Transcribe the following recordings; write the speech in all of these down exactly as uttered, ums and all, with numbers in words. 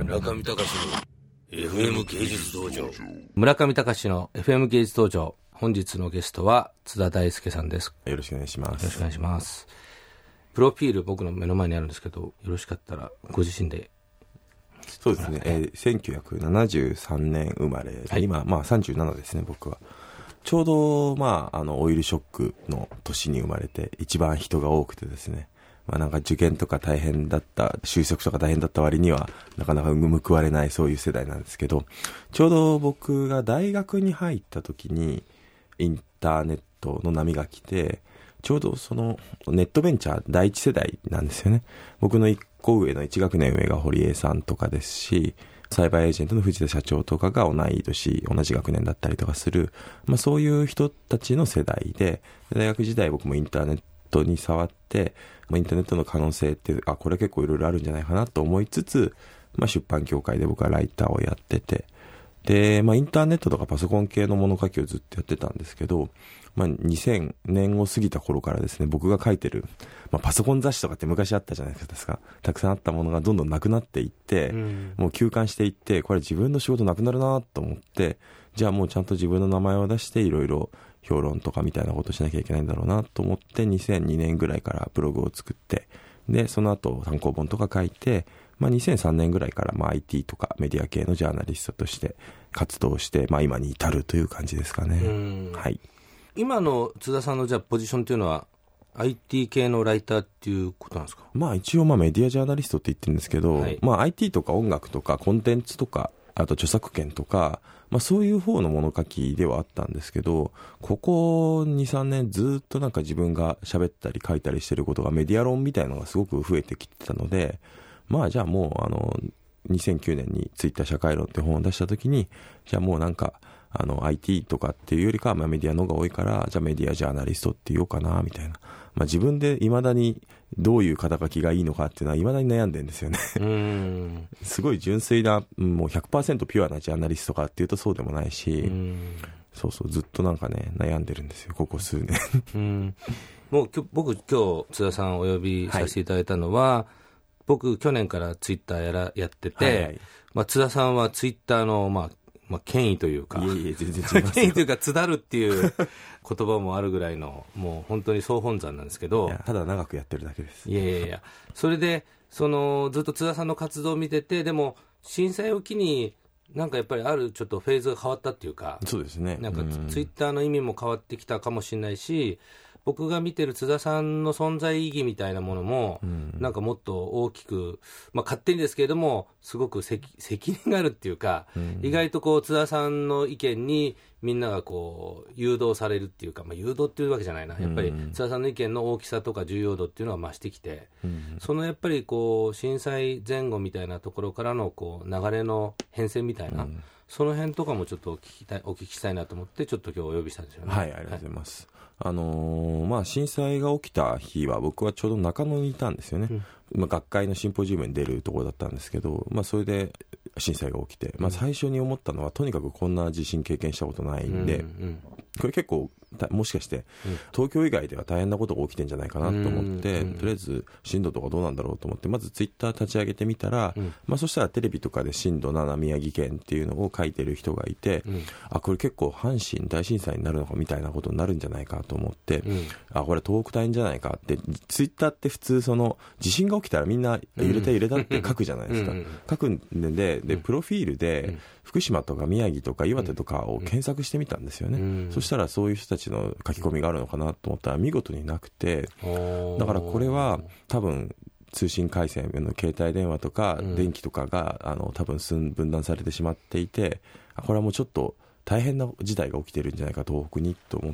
村上隆の エフエム 芸術道場。村上隆の エフエム 芸術道場。本日のゲストは津田大介さんです。 よろしくお願いします。 よろしくお願いします。プロフィール僕の目の前にあるんですけど、よろしかったらご自身で。 そうですね、えー、せんきゅうひゃくななじゅうさんねん生まれで、はい、今、まあ、さんじゅうななですね。僕はちょうど、まあ、あのオイルショックの年に生まれて、一番人が多くてですね、まあ、なんか受験とか大変だった、就職とか大変だった割にはなかなか報われない、そういう世代なんですけど、ちょうど僕が大学に入った時にインターネットの波が来て、ちょうどそのネットベンチャー第一世代なんですよね。僕の一個上のいち学年上が堀江さんとかですし、サイバーエージェントの藤田社長とかが同い年、同じ学年だったりとかする、まあ、そういう人たちの世代で、大学時代僕もインターネットに触って、まあ、インターネットの可能性ってあこれ結構いろいろあるんじゃないかなと思いつつ、まあ、出版業界で僕はライターをやってて、で、まあ、インターネットとかパソコン系の物書きをずっとやってたんですけど、まあ、にせんねんを過ぎた頃からですね、僕が書いてる、まあ、パソコン雑誌とかって昔あったじゃないですか。たくさんあったものがどんどんなくなっていって、うん、もう休刊していって、これ自分の仕事なくなるなと思って、じゃあもうちゃんと自分の名前を出していろいろ評論とかみたいなことしなきゃいけないんだろうなと思って、にせんにねんぐらいからブログを作って、で、その後単行本とか書いて、まあ、にせんさんねんぐらいからまあ アイティー とかメディア系のジャーナリストとして活動して、まあ、今に至るという感じですかね。うん、はい。 今の津田さんのじゃあポジションというのは アイティー 系のライターっていうことなんですか？ まあ一応まあメディアジャーナリストって言ってるんですけど、はい、まあ アイティー とか音楽とかコンテンツとか、あと著作権とか、まあそういう方の物書きではあったんですけど、ここに、さんねんずっとなんか自分が喋ったり書いたりしてることがメディア論みたいなのがすごく増えてきてたので、まあじゃあもうあのにせんきゅうねんにツイッター社会論って本を出した時に、じゃあもうなんかあの アイティー とかっていうよりかはまあメディアの方が多いから、じゃあメディアジャーナリストって言おうかなみたいな、まあ自分で未だにどういう肩書きがいいのかっていうのは未だに悩んでるんですよね。うーんすごい純粋なもう ひゃくパーセント ピュアなジャーナリストかっていうとそうでもないし、うーんそうそうずっとなんかね悩んでるんですよ、ここ数年。 うーんもう僕今日津田さんをお呼びさせていただいたのは、はい、僕去年からツイッターやらやってて、はいはい、まあ、津田さんはツイッターの、まあまあ、権威というか、 いえいえ全然違いますよ。 権威というか津田るっていう言葉もあるぐらいのもう本当に総本山なんですけど、 いやただ長くやってるだけです。 いやいやいや、それでそのずっと津田さんの活動を見てて、でも震災を機になんかやっぱりあるちょっとフェーズが変わったっていうか、 そうですね、 なんかツイッターの意味も変わってきたかもしれないし、僕が見てる津田さんの存在意義みたいなものも、うん、なんかもっと大きく、まあ、勝手にですけれどもすごく責任があるっていうか、うん、意外とこう津田さんの意見にみんながこう誘導されるっていうか、まあ、誘導っていうわけじゃないな、やっぱり津田さんの意見の大きさとか重要度っていうのが増してきて、うん、そのやっぱりこう震災前後みたいなところからのこう流れの変遷みたいな、うん、その辺とかもちょっとお聞きたい、お聞きしたいなと思ってちょっと今日お呼びしたんですよね。 はい、ありがとうございます。はい、あのーまあ、震災が起きた日は僕はちょうど中野にいたんですよね。うんまあ、学会のシンポジウムに出るところだったんですけど、まあ、それで震災が起きて、まあ、最初に思ったのはとにかくこんな地震経験したことないんで、うんうん、これ結構もしかして東京以外では大変なことが起きてんじゃないかなと思って、うんうん、とりあえず震度とかどうなんだろうと思ってまずツイッター立ち上げてみたら、うんまあ、そしたらテレビとかで震度なな宮城県っていうのを書いてる人がいて、うん、あこれ結構阪神大震災になるのかみたいなことになるんじゃないかと思って、うん、あこれ東北大変じゃないかって。ツイッターって普通その地震が起きたらみんな揺れた揺れたって書くじゃないですか、うん、書くんで、でプロフィールで福島とか宮城とか岩手とかを検索してみたんですよね、うん、そしたらそういう人たちの書き込みがあるのかなと思ったら見事になくて、だからこれは多分通信回線の携帯電話とか電気とかが、うん、あの多分分断されてしまっていて、これはもうちょっと大変な事態が起きてるんじゃないか東北にと思って、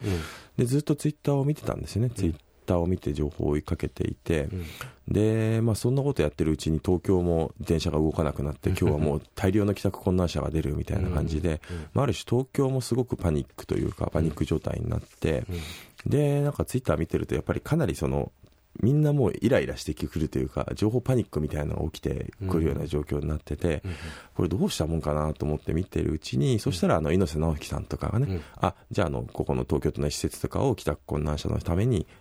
うん、でずっとツイッターを見てたんですよね、うん、ツイッターを見て情報を追いかけていて、うん、で、まあ、そんなことやってるうちに東京も電車が動かなくなって今日はもう大量の帰宅困難者が出るみたいな感じで、うんうんまあ、ある種東京もすごくパニックというかパニック状態になって、うん、でなんかツイッター見てるとやっぱりかなりそのみんなもうイライラしてくるというか情報パニックみたいなのが起きてくるような状況になってて、うん、これどうしたもんかなと思って見てるうちに、そしたらあの猪瀬直樹さんとかがね、うん、あじゃあ、 あのここの東京都の施設とかを帰宅困難者のために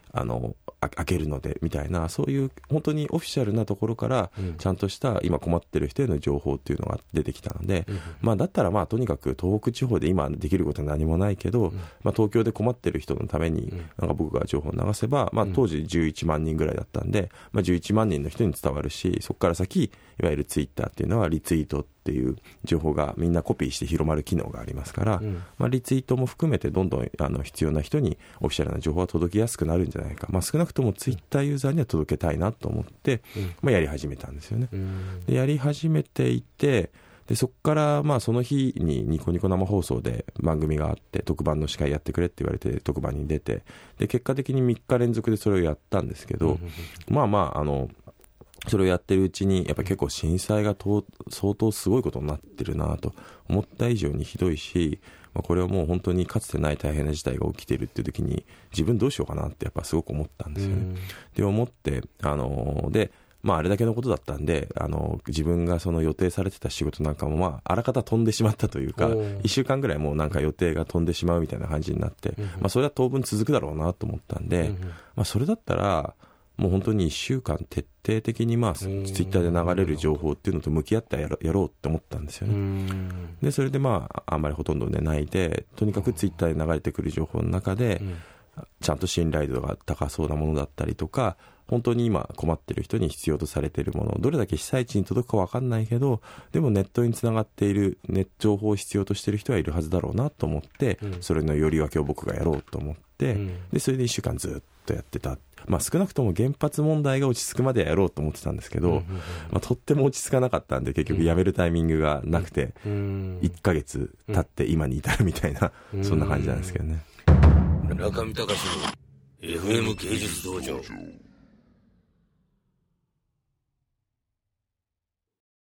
あの開けるのでみたいな、そういう本当にオフィシャルなところからちゃんとした今困ってる人への情報っていうのが出てきたので、うん、まあ、だったらまあとにかく東北地方で今できることは何もないけど、うん、まあ、東京で困ってる人のためになんか僕が情報を流せば、まあ、当時じゅういちまんにんぐらいだったんで、まあ、じゅういちまんにんの人に伝わるし、そこから先いわゆるツイッターっていうのはリツイートっていう情報がみんなコピーして広まる機能がありますから、うん、まあ、リツイートも含めてどんどんあの必要な人にオフィシャルな情報が届きやすくなるんじゃないか、まあ、少なくともツイッターユーザーには届けたいなと思って、うん、まあ、やり始めたんですよね、うん、でやり始めていて、でそこからまあその日にニコニコ生放送で番組があって、特番の司会やってくれって言われて特番に出て、で結果的にみっか連続でそれをやったんですけど、うん、まあまああのそれをやってるうちにやっぱ結構震災がと相当すごいことになってるなと、思った以上にひどいし、まあ、これはもう本当にかつてない大変な事態が起きてるっていう時に自分どうしようかなってやっぱすごく思ったんですよね。で思ってあのでまあ、あれだけのことだったんで、あの自分がその予定されてた仕事なんかも、まあ、あらかた飛んでしまったというか、いっしゅうかんぐらいもうなんか予定が飛んでしまうみたいな感じになって、うん、まあ、それは当分続くだろうなと思ったんで、うん、まあ、それだったらもう本当にいっしゅうかん徹底的に、まあ、ツイッターで流れる情報っていうのと向き合ってやろ、やろうって思ったんですよね。でそれでまああんまりほとんど寝ないで、とにかくツイッターで流れてくる情報の中で、ちゃんと信頼度が高そうなものだったりとか、本当に今困ってる人に必要とされているもの、どれだけ被災地に届くか分かんないけど、でもネットにつながっているネット情報を必要としている人はいるはずだろうなと思って、うん、それのより分けを僕がやろうと思って、うん、でそれでいっしゅうかんずっとやってた。まあ、少なくとも原発問題が落ち着くまでやろうと思ってたんですけど、うんうんうん、まあ、とっても落ち着かなかったんで結局やめるタイミングがなくて、うん、いっかげつ経って今に至るみたいな、うん、そんな感じなんですけどね。 中見隆の エフエム 芸術道場。